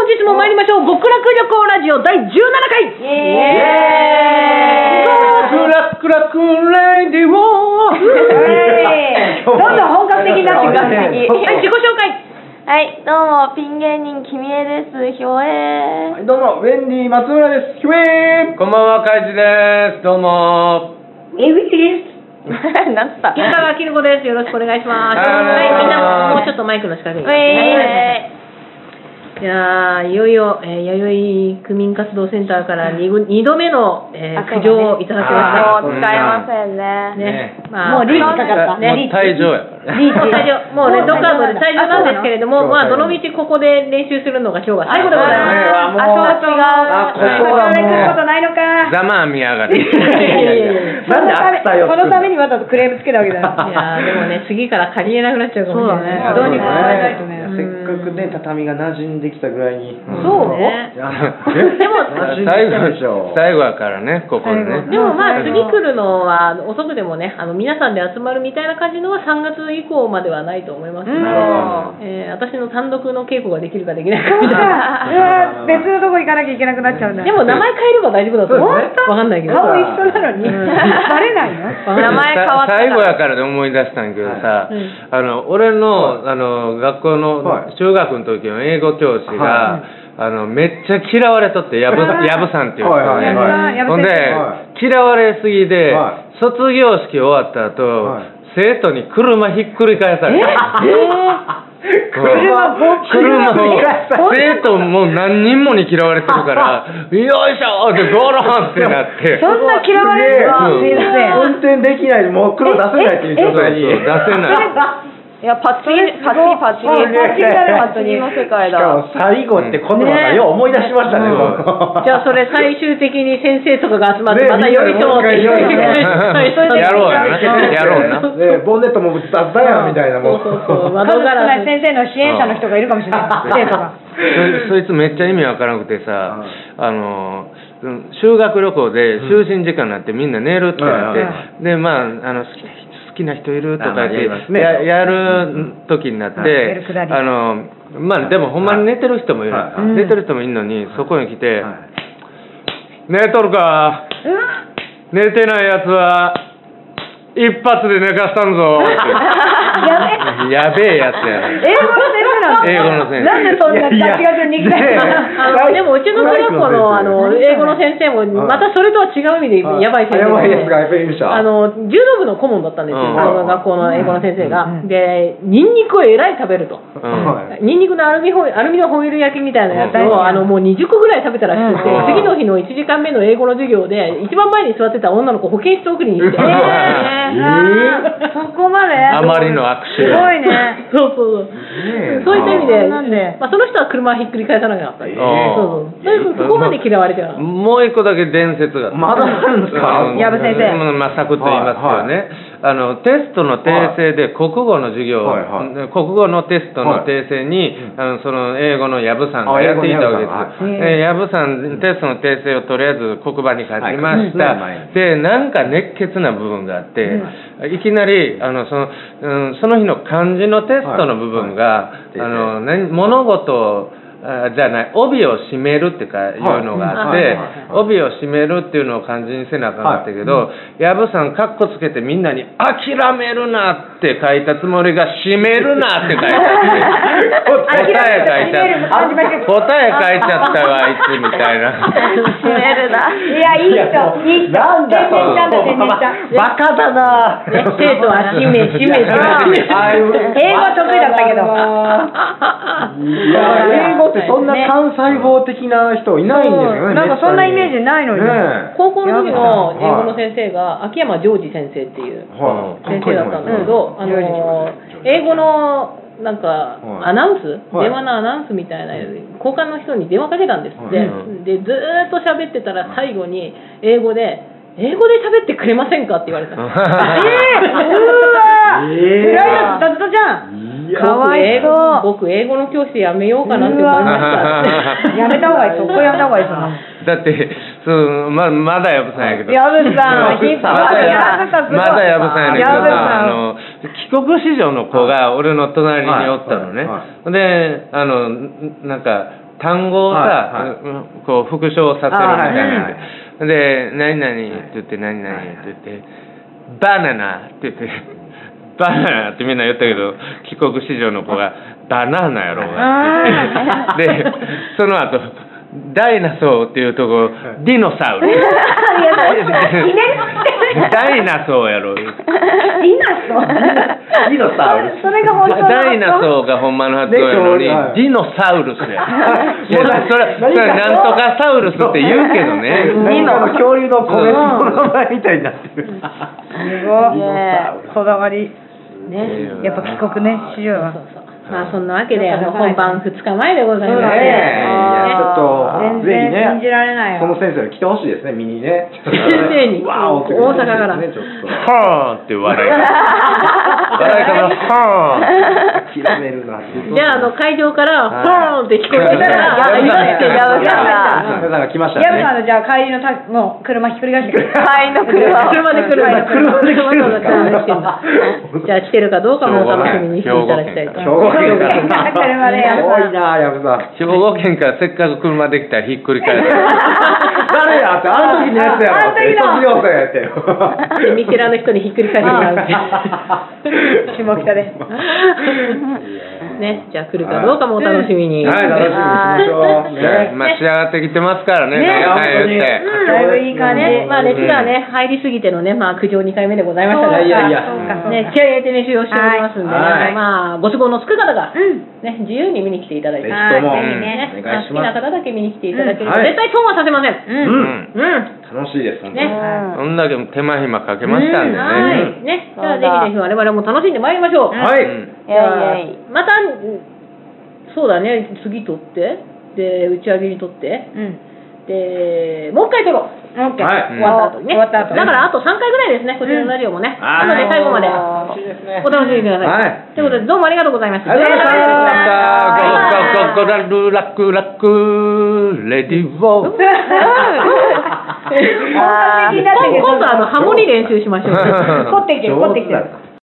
本日も参りましょう。極楽旅行ラジオ第17回。 極楽レディオ。 どんどん本格的になってください。はい、自己紹介。 はい、どうも、ピン芸人きみえです。ひょえー。 はい、どうも、ウェンディ松村です。ひゅえー。こんばんは、かいじです。どうも。 エビです。 なんつった金川きぬこです。よろしくお願いします。 はいはい、みんなもうちょっとマイクの近くに。いやいよいよ、弥生区民活動センターから 2度目の、苦情をいただきました。 もう使えませんね。 ね、 まあ、もうリーチかかった。ね、 もう退場やから。 リーチ退場。もうレッドカードで退場なんですけれども、まあ、どのみちここで練習するのが今日が最後でございます。 あ、 ここはもう、 ことないのか。 ざまあみやがり。 なんで悪さをこのためにわざとクレームつけたわけだよ。いやでもね、次から借りれなくなっちゃうかもしれない。どうにかならないとね。 せっかくね、畳が馴染んできたぐらいに。 そうね。でも最後やからね、ここでね。 でもまあ次来るのは遅くでもね、皆さんで集まるみたいな感じのは3月以降まではないと思いますので、私の単独の稽古ができるかできないかみたいな。別のとこ行かなきゃいけなくなっちゃうんだ。でも名前変えれば大丈夫だと思う。わかんないけど。顔一緒なのにバレないの？ 名前変わった最後やからで思い出したんやけどさ、俺の学校の中学の時の英語教師がめっちゃ嫌われとって、やぶさんっていう人ね。ほんで嫌われすぎで卒業式終わった後、生徒に車ひっくり返された。生徒もう何人もに嫌われてるからよいしょってゴロンってなって、 そんな嫌われるの？ 運転できない、もう車出せないっていう状態に。 出せない。 いや、パッチリだね、パッチリの世界だ。 しかも最後って言葉がよう思い出しましたね。 じゃあそれ最終的に先生とかが集まってまたよいしょって言ってやろうやな、やろうな。 ボンネットもぶつったやみたいなもん。 窓ガラス先生の支援者の人がいるかもしれない。生徒が。 そいつめっちゃ意味わからなくてさ、修学旅行で就寝時間になってみんな寝るってなって、でまあ好きな人いるとかってやる時になって、まあでもほんまに寝てる人もいる、寝てる人もいるのに、そこに来て「寝とるか、寝てないやつは一発で寝かしたんぞ」ってやべえやつやね。英語の先生。 なんでそんなガチガチに憎いの？でもうちの小学校の英語の先生もまたそれとは違う意味でやばい先生で、柔道部の顧問だったんですよ、学校の英語の先生が。でニンニクをえらい食べると、ニンニクのアルミのホイル焼きみたいなやつをもう20個ぐらい食べたらしくて、次の日の1時間目の英語の授業で一番前に座ってた女の子保健室送りに行って、そこまであまりの握手すごいね。そういった意味で、その人は車をひっくり返さなかったり、そこまで嫌われては。 もう一個だけ伝説がまだあるんですか？ 藪先生。 サクッと言いますけどね、テストの訂正で国語の授業、国語のテストの訂正にその英語の藪さんがやっていたわけです。藪さんテストの訂正をとりあえず黒板に書きました。でなんか熱血な部分があって、いきなりその日の漢字のテストの部分が物事じゃない帯を締めるっていうのがあって、帯を締めるっていうのを漢字にせなあかんかったけど、藪さんカッコつけてみんなに「諦めるな」って書いたつもりが「締めるな」って書いてあって答え書いちゃったわあいつみたいな。 締めるな。 いやいい人、いい人。 なんだバカだな。 生徒は締め英語得意だったけど。 いや英語そんな関西語的な人いないんですよね。 なんかそんなイメージないのに。高校の時の英語の先生が秋山ジョージ先生っていう先生だったんだけど、英語のなんかアナウンス、電話のアナウンスみたいな交換の人に電話かけたんですって。でずーっと喋ってたら最後に英語で喋ってくれませんかって言われた。うわー、偉いやつだったじゃん。かわいそう。僕英語の教師やめようかなって思いました。やめた方がいい。そこやめた方がいいですよ。 だってまだ藪さんやけど。 藪さん、 まだ藪さんやけどさ、帰国子女の子が俺の隣におったのね。でなんか単語をさ、こう復唱させるみたいなで何々って言って何々って言ってバナナって言ってバナナってみんな言ったけど帰国子女の子がバナナやろうがって言ってでその後ダイナソーっていうとこディノサウルダイナソーやろうディノサウルそれが本当のダイナソーがほんまの発音やのにディノサウルスやいやそれなんとかサウルスって言うけどね恐竜のコメントの名前みたいになってるすごいこだわりねやっぱ帰国ね資料はまあそんなわけで本番2日前でございますね。ちょっと全然信じられないその先生に来てほしいですね、見にね。 先生に大阪からはーって笑い方はー諦めるな。 じゃあ会場からポーンって聞こえてたらやば来ましたね。 ヤブさんのじゃあ帰りのもう車ひっくり返してくる。 帰りの車で来るじゃあ来てるかどうかもお楽しみにしていただきたいと。 車で多いな、ヤブさん。 兵庫県からせっかく車できたらひっくり返る誰やってあの時のやつやろって卒業生やってよ見知らぬ人にひっくり返してもらう下北でね、じゃあ来るかどうかもお楽しみに。 はい、楽しみにしましょう。 まあ仕上がってきてますからね。 だいぶいい感じ。 まあ熱がね入りすぎてのねまあ苦情2回目でございましたが、 いやね気合い入れて練習をしておりますんで、まあご都合のつく方がね自由に見に来ていただいて、 ぜひともね好きな方だけ見に来ていただけると絶対損はさせません。 楽しいです本当に。 そんだけ手間暇かけましたんでね。 ね、じゃあぜひぜひ我々も楽しんでまいりましょう。 はい。 またそうだね次撮ってで打ち上げに撮ってでもう一回撮ろう。終わった後にね。だからあと3回ぐらいですねこちらのラジオもね。なので最後までお楽しみください。ということでどうもありがとうございました。 ありがとうございました。ゴラルラクラクレディオ。 今度ハモリ練習しましょう。凝ってきてる。